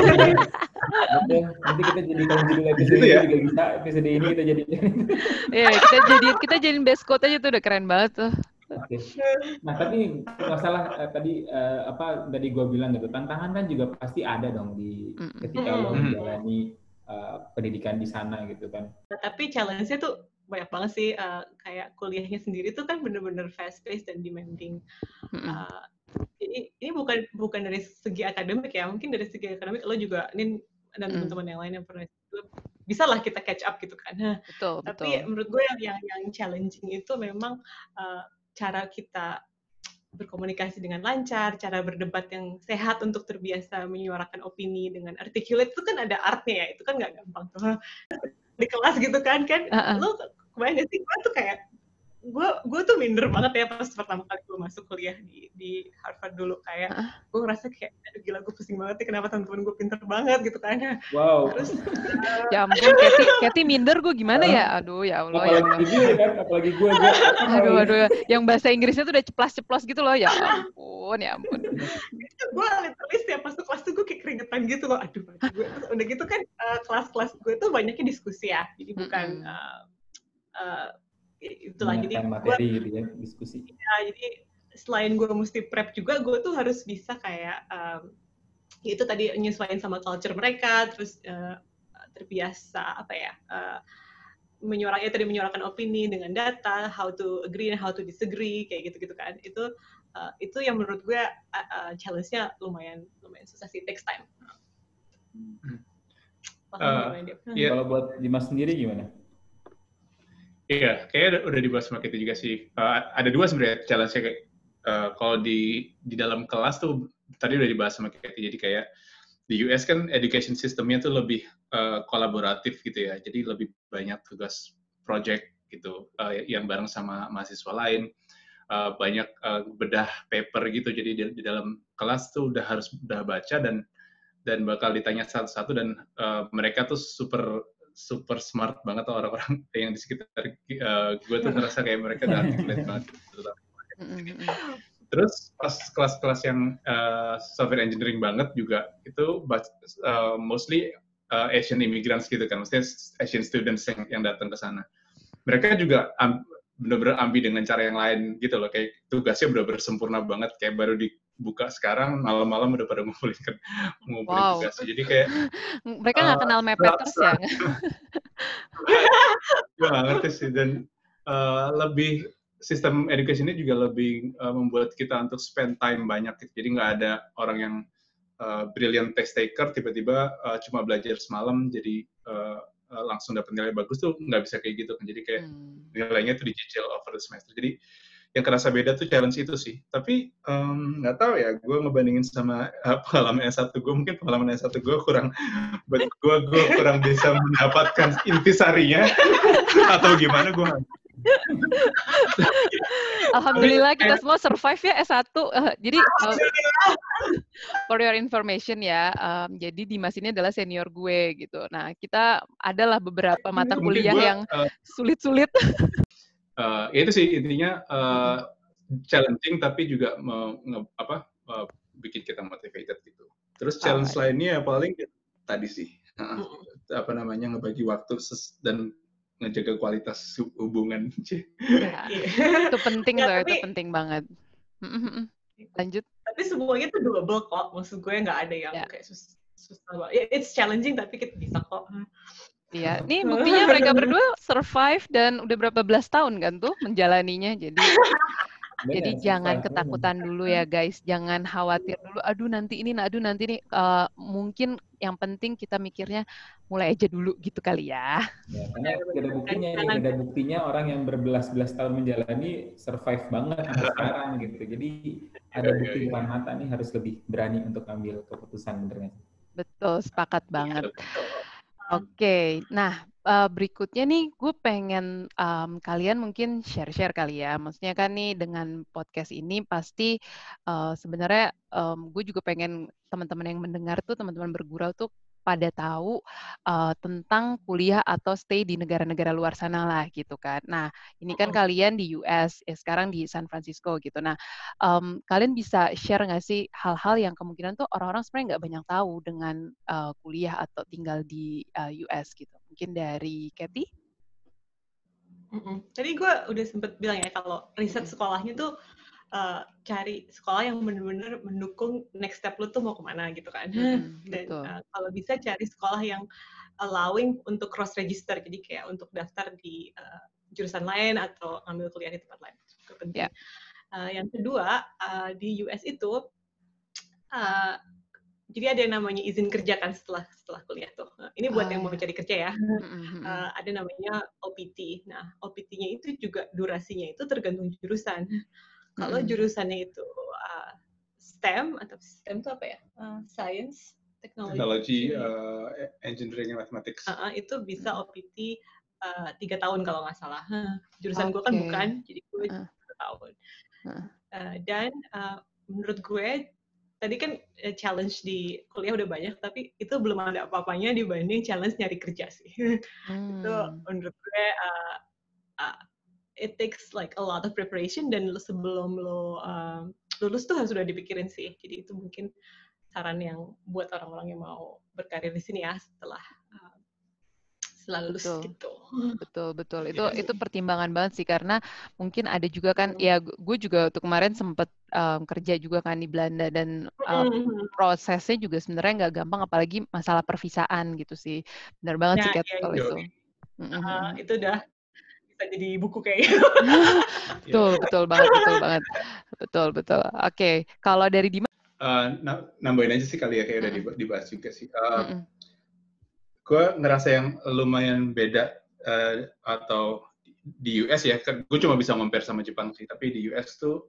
S2: Nanti kita jadikan judul episode ini juga bisa, episode ini kita jadikan.
S1: Kita jadiin best quote aja tuh, udah keren banget tuh.
S2: Oke. Nah, tapi masalah tadi tadi gue bilang gitu, tantangan kan juga pasti ada dong ketika lo menjalani pendidikan di sana gitu kan.
S4: Nah, tapi challenge-nya tuh banyak banget sih, kayak kuliahnya sendiri tuh kan bener-bener fast-paced dan demanding. Jadi ini bukan dari segi akademik ya, mungkin dari segi akademik lo juga, dan teman-teman yang lain yang pernah bisa lah kita catch up gitu kan. Tapi menurut gue yang challenging itu memang cara kita berkomunikasi dengan lancar, cara berdebat yang sehat untuk terbiasa menyuarakan opini dengan articulate itu kan ada artnya ya, itu kan nggak gampang tuh di kelas gitu kan. Lo kebayang gak sih, gue tuh kayak gue tuh minder banget ya pas pertama kali gue masuk kuliah di Harvard dulu, kayak gue ngerasa kayak aduh gila gue pusing banget nih, kenapa teman-teman gue pinter banget gitu kan.
S2: Wow.
S4: Terus
S1: ya ampun, Kathy minder gue gimana ya, aduh ya Allah ya Allah.
S2: Apalagi gue
S1: aduh yang bahasa Inggrisnya tuh udah ceplas-ceplos gitu loh, ya ampun.
S4: Gue literally setiap masuk kelas tuh gue kayak keringetan gitu loh, aduh gue. Terus udah gitu kan kelas-kelas gue tuh banyaknya diskusi ya, jadi bukan itulah, jadi
S2: materi gitu ya, diskusi.
S4: Ya, jadi selain gue mesti prep juga, gue tuh harus bisa kayak itu tadi nyesuaiin sama culture mereka, terus terbiasa apa ya, menyuarakan opini dengan data, how to agree and how to disagree, kayak gitu kan. Itu yang menurut gue challenge-nya lumayan susah sih, takes time.
S2: Kalau buat Dimas sendiri gimana?
S5: Iya, kayaknya udah dibahas sama kita juga sih. Ada dua sebenarnya challenge-nya. Kalau di dalam kelas tuh tadi udah dibahas sama kita. Jadi kayak di US kan education system-nya tuh lebih kolaboratif gitu ya. Jadi lebih banyak tugas project gitu yang bareng sama mahasiswa lain. Banyak bedah paper gitu. Jadi di dalam kelas tuh udah baca dan bakal ditanya satu-satu, dan mereka tuh super smart banget orang-orang yang di sekitar gue tuh ngerasa kayak mereka udah articulate banget gitu. Terus pas kelas-kelas yang software engineering banget juga itu mostly Asian immigrants gitu kan, maksudnya Asian students yang datang ke sana. Mereka juga benar-benar ambil dengan cara yang lain gitu loh, kayak tugasnya benar-benar sempurna banget, kayak baru dibuka sekarang malam-malam udah pada ngumpulin tugasnya. Jadi kayak
S1: mereka nggak kenal Mappetters ya?
S5: Gue nggak ngerti sih, dan lebih sistem education ini juga lebih membuat kita untuk spend time banyak gitu. Jadi nggak ada orang yang brilliant test taker tiba-tiba cuma belajar semalam jadi langsung dapat nilai bagus, tuh nggak bisa kayak gitu kan. Jadi kayak nilainya tuh dicicil over the semester. Jadi yang kerasa beda tuh challenge itu sih. Tapi nggak tahu ya, gue ngebandingin sama pengalaman S1 gue, mungkin pengalaman S1 gue kurang bisa mendapatkan intisarinya atau gimana, gue
S1: Alhamdulillah kita semua survive ya S1. Jadi for your information ya, jadi Dimas ini adalah senior gue gitu. Nah, kita adalah beberapa mata kuliah yang sulit-sulit.
S5: Ya itu sih intinya, challenging tapi juga bikin kita motivated gitu. Terus challenge lainnya paling tadi sih ngebagi waktu dan ngejaga kualitas hubungan.
S1: Ya, itu penting loh, itu penting banget. Lanjut.
S4: Tapi semuanya tuh doable kok, maksud gue nggak ada yang kayak susah banget. It's challenging tapi kita bisa kok.
S1: Iya, nih buktinya mereka berdua survive dan udah berapa belas tahun kan tuh menjalaninya. Jadi jangan ketakutan dulu ya guys, jangan khawatir dulu. Aduh nanti nih. Mungkin yang penting kita mikirnya mulai aja dulu gitu kali ya.
S2: Karena ada buktinya orang yang berbelas-belas tahun menjalani survive banget sampai sekarang gitu. Jadi ada bukti depan mata nih, harus lebih berani untuk ambil keputusan, bener nggak?
S1: Betul, sepakat banget. Oke, nah berikutnya nih gue pengen kalian mungkin share-share kali ya. Maksudnya kan nih dengan podcast ini pasti sebenarnya gue juga pengen teman-teman yang mendengar tuh, teman-teman bergurau tuh pada tahu tentang kuliah atau stay di negara-negara luar sana lah gitu kan. Nah ini kan kalian di US, sekarang di San Francisco gitu. Nah kalian bisa share nggak sih hal-hal yang kemungkinan tuh orang-orang sebenarnya nggak banyak tahu dengan kuliah atau tinggal di US gitu. Mungkin dari Kathy?
S4: Tadi gue udah sempet bilang ya, kalau riset sekolahnya tuh cari sekolah yang benar-benar mendukung next step lu tuh mau kemana gitu kan. Dan kalau bisa cari sekolah yang allowing untuk cross register, jadi kayak untuk daftar di jurusan lain atau ngambil kuliah di tempat lain. Itu penting. Yang kedua, di US itu jadi ada yang namanya izin kerja kan setelah kuliah tuh. Ini buat yang mau cari kerja ya. Ada namanya OPT. Nah, OPT-nya itu juga durasinya itu tergantung jurusan. Kalau jurusannya itu STEM, atau STEM itu apa ya? Science, Technology,
S5: Engineering and Mathematics.
S4: Itu bisa OPT 3 tahun kalau nggak salah. Jurusan gue kan bukan, jadi gue 3 tahun. Dan menurut gue tadi kan challenge di kuliah udah banyak, tapi itu belum ada apa-apanya dibanding challenge nyari kerja sih. Itu menurut gue it takes like a lot of preparation, dan sebelum lo lulus tuh harus sudah dipikirin sih. Jadi itu mungkin saran yang buat orang-orang yang mau berkarir di sini ya setelah lulus gitu.
S1: Betul. Itu pertimbangan banget sih, karena mungkin ada juga kan, ya gue juga waktu kemarin sempet kerja juga kan di Belanda, dan prosesnya juga sebenarnya nggak gampang, apalagi masalah pervisaan gitu sih. Benar banget sih Kat kalau itu.
S4: Itu udah bisa jadi buku kayak gitu.
S1: Betul banget. Betul. Oke, kalau dari Dimas?
S5: Nambahin aja sih kali ya, kayak udah dibahas juga sih. Gue ngerasa yang lumayan beda atau di US ya, gue cuma bisa compare sama Jepang sih, tapi di US tuh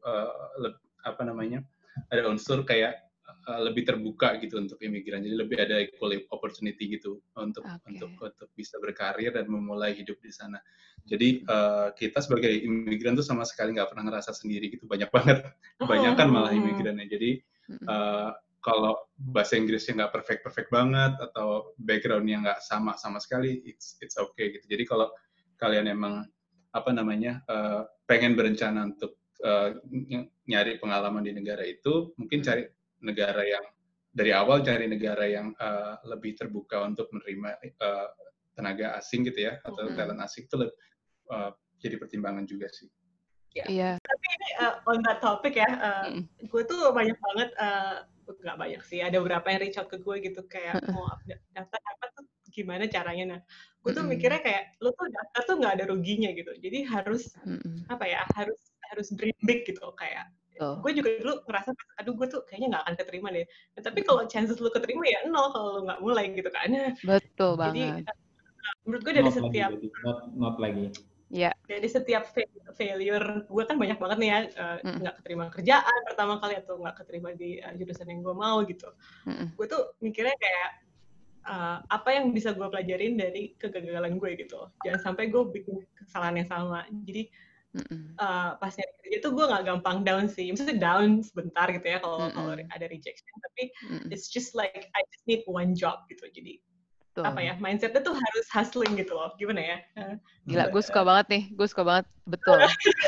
S5: ada unsur kayak lebih terbuka gitu untuk imigran, jadi lebih ada equal opportunity gitu untuk bisa berkarir dan memulai hidup di sana. Jadi kita sebagai imigran tuh sama sekali nggak pernah ngerasa sendiri gitu, banyak banget, kebanyakan malah imigrannya. Jadi kalau bahasa Inggrisnya nggak perfect banget atau backgroundnya nggak sama sekali, it's okay gitu. Jadi kalau kalian emang pengen berencana untuk nyari pengalaman di negara itu, mungkin cari negara yang dari awal lebih terbuka untuk menerima tenaga asing gitu ya, atau talent asing itu jadi pertimbangan juga sih.
S4: Iya. Tapi ini on that topic ya, gue tuh banyak banget, nggak banyak sih, ada beberapa yang reach out ke gue gitu, kayak mau daftar apa tuh gimana caranya. Nah, gue tuh mikirnya kayak lo tuh daftar tuh nggak ada ruginya gitu, jadi harus harus dream big gitu, kayak gue juga dulu ngerasa, aduh gue tuh kayaknya nggak akan keterima deh. Nah, tapi kalau chances lo keterima ya 0 kalau lo nggak mulai gitu kan.
S1: Betul
S4: banget. Jadi menurut gue dari setiap
S2: not lagi.
S1: Ya.
S4: Dari setiap failure gue kan banyak banget nih ya, nggak keterima kerjaan pertama kali atau nggak keterima di jurusan yang gue mau gitu. Gue tuh mikirnya kayak apa yang bisa gue pelajarin dari kegagalan gue gitu. Jangan sampai gue bikin kesalahan yang sama. Jadi pas nyari kerja tuh gue nggak gampang down sih. Maksudnya down sebentar gitu ya kalau ada rejection. Tapi it's just like I just need one job gitu. Jadi mindsetnya tuh harus hustling gitu loh. Gimana ya?
S1: Gila, gue suka banget nih. Gue suka banget. Betul.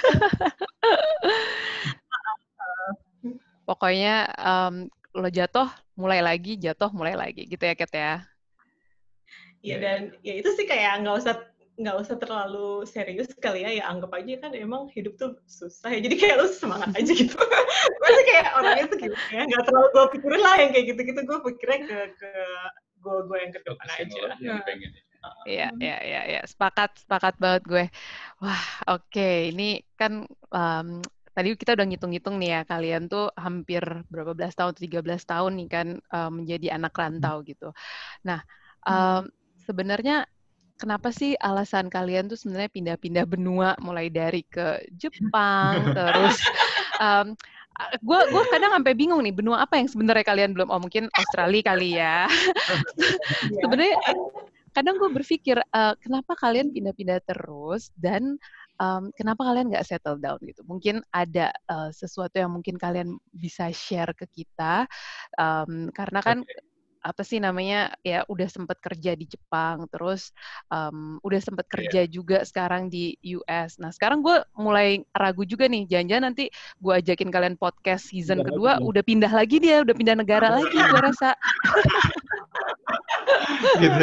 S1: Pokoknya lo jatuh, mulai lagi gitu ya, Kat ya.
S4: Iya, dan ya itu sih kayak nggak usah terlalu serius kali ya anggap aja kan emang hidup tuh susah ya, jadi kayak lo semangat aja gitu. Gue sih kayak orangnya tuh gitu ya, nggak terlalu gue pikirin lah yang kayak gitu-gitu, gue pikirnya ke gue yang ke depan aja.
S1: Iya, sepakat banget gue. Wah, oke. Ini kan tadi kita udah ngitung-ngitung nih ya, kalian tuh hampir berapa belas tahun, 13 tahun nih kan menjadi anak rantau gitu. Nah, sebenarnya kenapa sih alasan kalian tuh sebenarnya pindah-pindah benua, mulai dari ke Jepang, terus gue kadang sampai bingung nih, benua apa yang sebenarnya kalian belum, mungkin Australia kali ya. Sebenarnya kadang gue berpikir kenapa kalian pindah-pindah terus, dan kenapa kalian nggak settle down gitu. Mungkin ada sesuatu yang mungkin kalian bisa share ke kita, karena kan apa sih namanya ya, udah sempat kerja di Jepang, terus udah sempat kerja juga sekarang di US. Nah sekarang gue mulai ragu juga nih, jangan-jangan nanti gue ajakin kalian podcast season kedua udah pindah lagi, udah pindah negara lagi gue rasa.
S5: Gitu.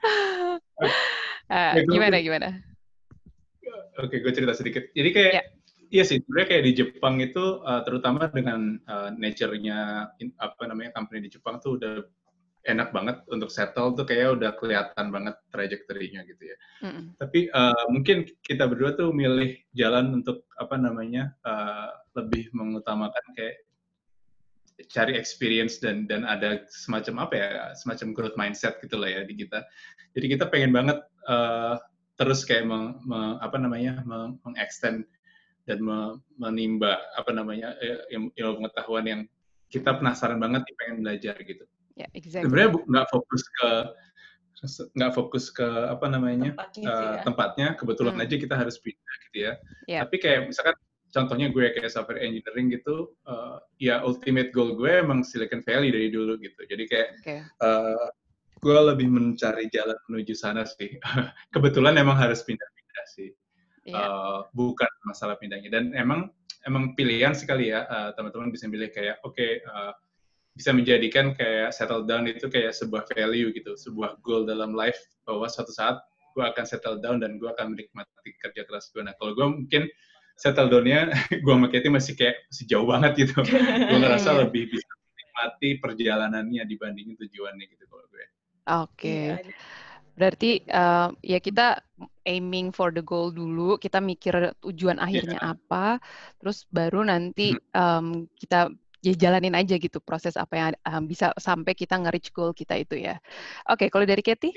S1: Gimana?
S5: Oke, gue cerita sedikit. Jadi kayak iya sih, sebenarnya kayak di Jepang itu terutama dengan nature-nya company di Jepang tuh udah enak banget untuk settle tuh, kayak udah kelihatan banget trajectory-nya gitu ya. Tapi mungkin kita berdua tuh milih jalan untuk lebih mengutamakan kayak cari experience dan ada semacam semacam growth mindset gitu lah ya di kita. Jadi kita pengen banget terus kayak mengextend dan menimba ilmu pengetahuan yang kita penasaran banget, pengen belajar gitu.
S1: Yeah, exactly.
S5: Sebenarnya nggak fokus ke nggak fokus ke apa namanya tempatnya, kebetulan aja kita harus pindah gitu ya. Tapi kayak misalkan contohnya gue kayak software engineering gitu, ya ultimate goal gue emang Silicon Valley dari dulu gitu. Jadi kayak gue lebih mencari jalan menuju sana sih. Kebetulan emang harus pindah-pindah sih. Bukan masalah pindahnya. Dan emang pilihan sekali ya, teman-teman bisa pilih kayak bisa menjadikan kayak settle down itu kayak sebuah value gitu, sebuah goal dalam life, bahwa suatu saat gue akan settle down dan gue akan menikmati kerja keras gue. Nah kalau gue mungkin settle down-nya gue sama Katie masih jauh banget gitu. Gue ngerasa lebih bisa menikmati perjalanannya dibandingin tujuannya gitu kalau gue.
S1: Oke. Berarti ya kita aiming for the goal dulu, kita mikir tujuan akhirnya apa, terus baru nanti kita jalanin aja gitu proses apa yang bisa sampai kita nge-reach goal kita itu ya. Oke, kalau dari Katie?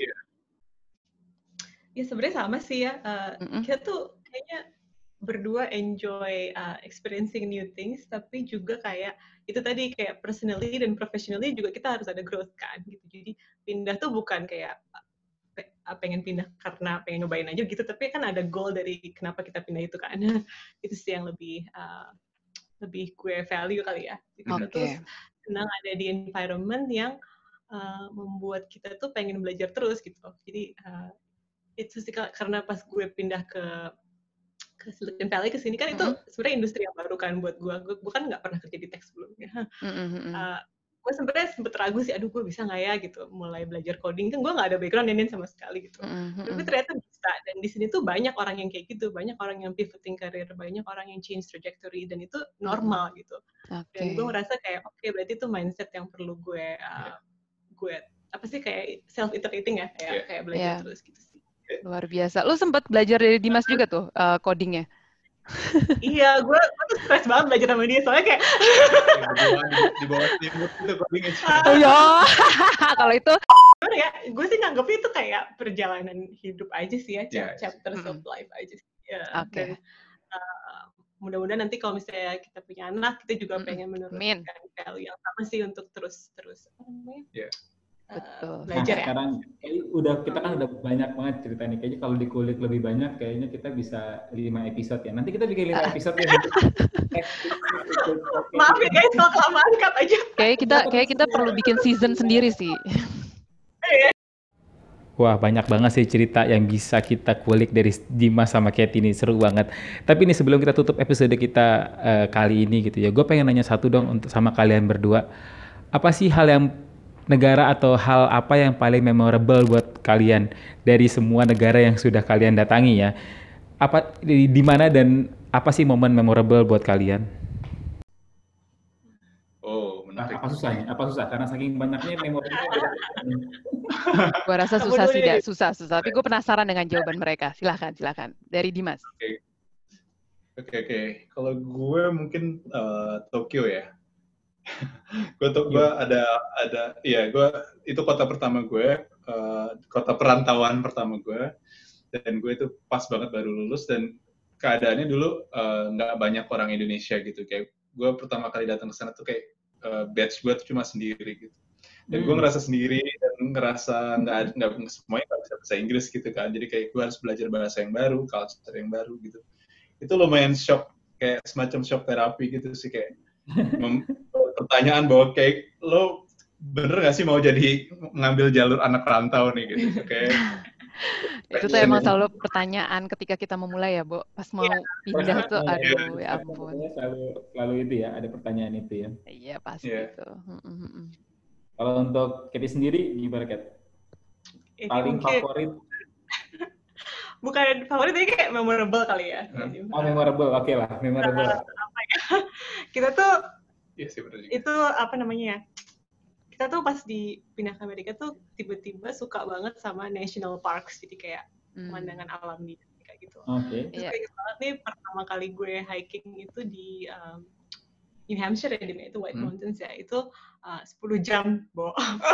S4: Ya sebenarnya sama sih ya. Kita tuh kayaknya berdua enjoy experiencing new things, tapi juga kayak itu tadi kayak personally dan professionally juga kita harus ada growth kan gitu. Jadi pindah tuh bukan kayak pengen pindah karena pengen nyobain aja gitu, tapi kan ada goal dari kenapa kita pindah itu kan. Itu sih yang lebih gue value kali ya. Terus senang ada di environment yang membuat kita tuh pengen belajar terus gitu. Jadi itu sih karena pas gue pindah ke Silicon Valley ke sini kan itu sebenarnya industri yang baru kan buat gue. Gue kan nggak pernah kerja di tech sebelumnya. Gue sebenarnya sempet ragu sih, aduh gue bisa nggak ya gitu mulai belajar coding, kan gue nggak ada background ini sama sekali gitu. Tapi ternyata bisa, dan di sini tuh banyak orang yang kayak gitu, banyak orang yang pivoting career, banyak orang yang change trajectory, dan itu normal gitu. Dan gue ngerasa kayak oke, berarti itu mindset yang perlu gue apa sih kayak self iterating ya, kayak belajar terus gitu sih.
S1: Luar biasa. Lu sempat belajar dari Dimas juga tuh codingnya?
S4: Iya, gue tuh stres banget belajar sama dia, soalnya kayak
S5: di bawah selimut itu codingnya.
S1: Kalau itu
S4: gimana ya, gue sih nganggepnya itu kayak perjalanan hidup aja sih ya, chapters of life aja sih. Dan mudah-mudahan nanti kalau misalnya kita punya anak, kita juga pengen menurunkan value yang sama sih untuk terus apa namanya?
S1: Betul.
S2: Nah,
S4: Belajar ya.
S2: sekarang kita kan udah banyak banget cerita nih. Kayaknya kalau dikulik lebih banyak, kayaknya kita bisa 5 episode ya. Nanti kita bikin 5 episode ya.
S4: Maaf ya guys, kalau kelamaan cut aja.
S1: Kayak kita perlu bikin season sendiri sih.
S3: Wah, banyak banget sih cerita yang bisa kita kulik dari Dimas sama Katie ini, seru banget. Tapi nih sebelum kita tutup episode kita kali ini gitu ya, gue pengen nanya satu dong untuk sama kalian berdua. Apa sih negara atau hal apa yang paling memorable buat kalian dari semua negara yang sudah kalian datangi ya? Apa di mana dan apa sih momen memorable buat kalian?
S5: Oh, menarik.
S2: Apa susah? Karena saking banyaknya memorable.
S1: Gua rasa susah. Tapi gue penasaran dengan jawaban mereka. Silakan. Dari Dimas.
S5: Oke. Kalau gue mungkin Tokyo ya. gue ada gue itu kota pertama gue, kota perantauan pertama gue, dan gue itu pas banget baru lulus, dan keadaannya dulu nggak banyak orang Indonesia gitu. Kayak gue pertama kali datang ke sana tuh kayak batch gue tuh cuma sendiri gitu, dan gue ngerasa sendiri dan ngerasa nggak semuanya nggak bisa bahasa Inggris gitu kan. Jadi kayak gue harus belajar bahasa yang baru, culture yang baru gitu. Itu lumayan shock, kayak semacam shock terapi gitu sih, kayak pertanyaan bahwa kayak lo bener gak sih mau jadi ngambil jalur anak rantau nih gitu. Kayak
S1: itu tuh emang selalu pertanyaan ketika kita memulai ya, Bo. Pas mau pindah tuh, aduh ya ampun.
S2: Selalu itu ya, ada pertanyaan itu ya.
S1: Iya, pasti itu.
S2: Kalau untuk Katie sendiri gimana, Kat? Paling favorit?
S4: Bukan favorit, tapi kayak memorable kali ya.
S2: Memorable, oke lah, memorable.
S4: Apa ya? Kita tuh itu apa namanya ya? Kita tuh pas pindah ke Amerika tuh tiba-tiba suka banget sama national parks, jadi kayak pemandangan alam di Amerika gitu. Terus kayak banget nih pertama kali gue hiking itu di New Hampshire ya, itu White Mountains ya, itu 10 jam, Bo.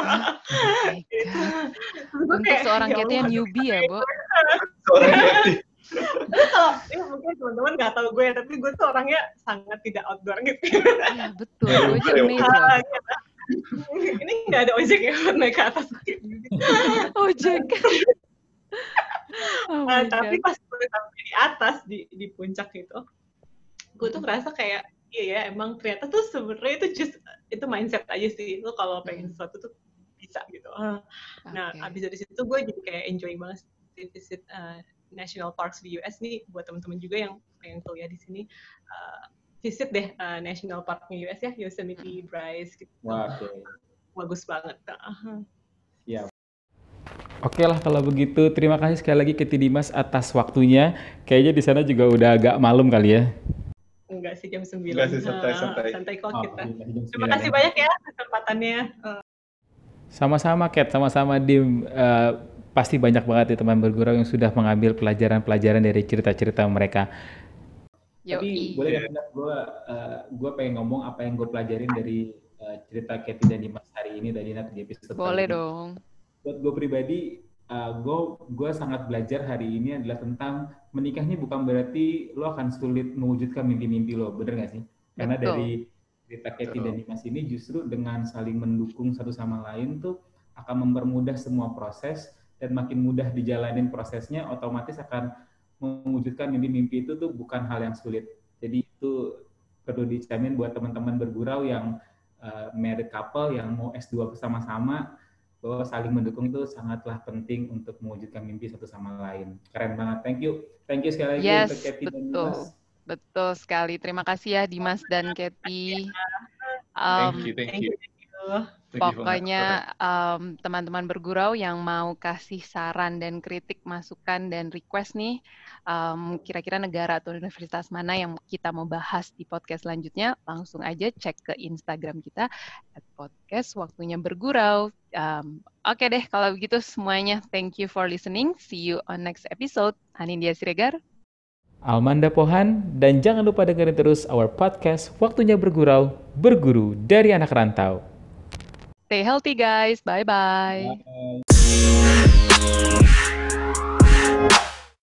S1: Untuk seorang Katie yang newbie ya, Bo.
S5: Seorang Katie.
S4: Kalau mungkin teman-teman nggak tahu gue, tapi gue tuh orangnya sangat tidak outdoor gitu.
S1: Iya, betul. Gue aja amazed.
S4: Ini nggak ada ojek ya buat naik ke atas.
S1: Ojek.
S4: Tapi pas gue sampai di atas di puncak itu, gue tuh ngerasa kayak iya ya emang ternyata tuh sebenarnya itu mindset aja sih, lo kalau pengen sesuatu tuh bisa gitu. Nah abis dari situ gue jadi kayak enjoy banget visit national parks di US nih. Buat teman-teman juga yang pengen kuliah di sini, visit deh national parknya US ya, Yosemite, Bryce gitu. Bagus banget.
S2: Iya.
S3: Oke lah kalau begitu, terima kasih sekali lagi Kety Dimas atas waktunya. Kayaknya di sana juga udah agak malam kali ya.
S4: Enggak sih, jam 9.
S5: Enggak sih, santai-santai.
S4: Santai kok kita. Terima kasih banyak ya kesempatannya.
S3: Sama-sama Kat, sama-sama Dim. Pasti banyak banget ya teman bergurau yang sudah mengambil pelajaran-pelajaran dari cerita-cerita mereka.
S2: Tapi boleh nggak gue pengen ngomong apa yang gue pelajarin dari cerita Kety dan Dimas hari ini tadi di episode
S1: boleh dong.
S2: Buat gue pribadi, gue sangat belajar hari ini adalah tentang menikah ini bukan berarti lo akan sulit mewujudkan mimpi-mimpi lo, bener nggak sih? Karena dari cerita Kety dan Dimas ini justru dengan saling mendukung satu sama lain tuh akan mempermudah semua proses, dan makin mudah dijalanin prosesnya, otomatis akan mewujudkan mimpi-mimpi itu tuh bukan hal yang sulit. Jadi itu perlu dijamin buat teman-teman bergurau yang married couple yang mau S2 bersama-sama, bahwa saling mendukung itu sangatlah penting untuk mewujudkan mimpi satu sama lain. Keren banget. Thank you sekali lagi untuk Kety dan Dimas.
S1: Betul sekali. Terima kasih ya Dimas dan Kety.
S5: Thank you.
S1: Pokoknya teman-teman bergurau yang mau kasih saran dan kritik, masukan dan request nih, kira-kira negara atau universitas mana yang kita mau bahas di podcast selanjutnya, langsung aja cek ke Instagram kita @podcast waktunya bergurau. Oke deh kalau begitu semuanya, thank you for listening. See you on next episode. Anindya Siregar,
S3: Almanda Pohan, dan jangan lupa dengerin terus our podcast Waktunya Bergurau, berguru dari anak rantau.
S1: Stay healthy guys, bye-bye.
S2: Bye.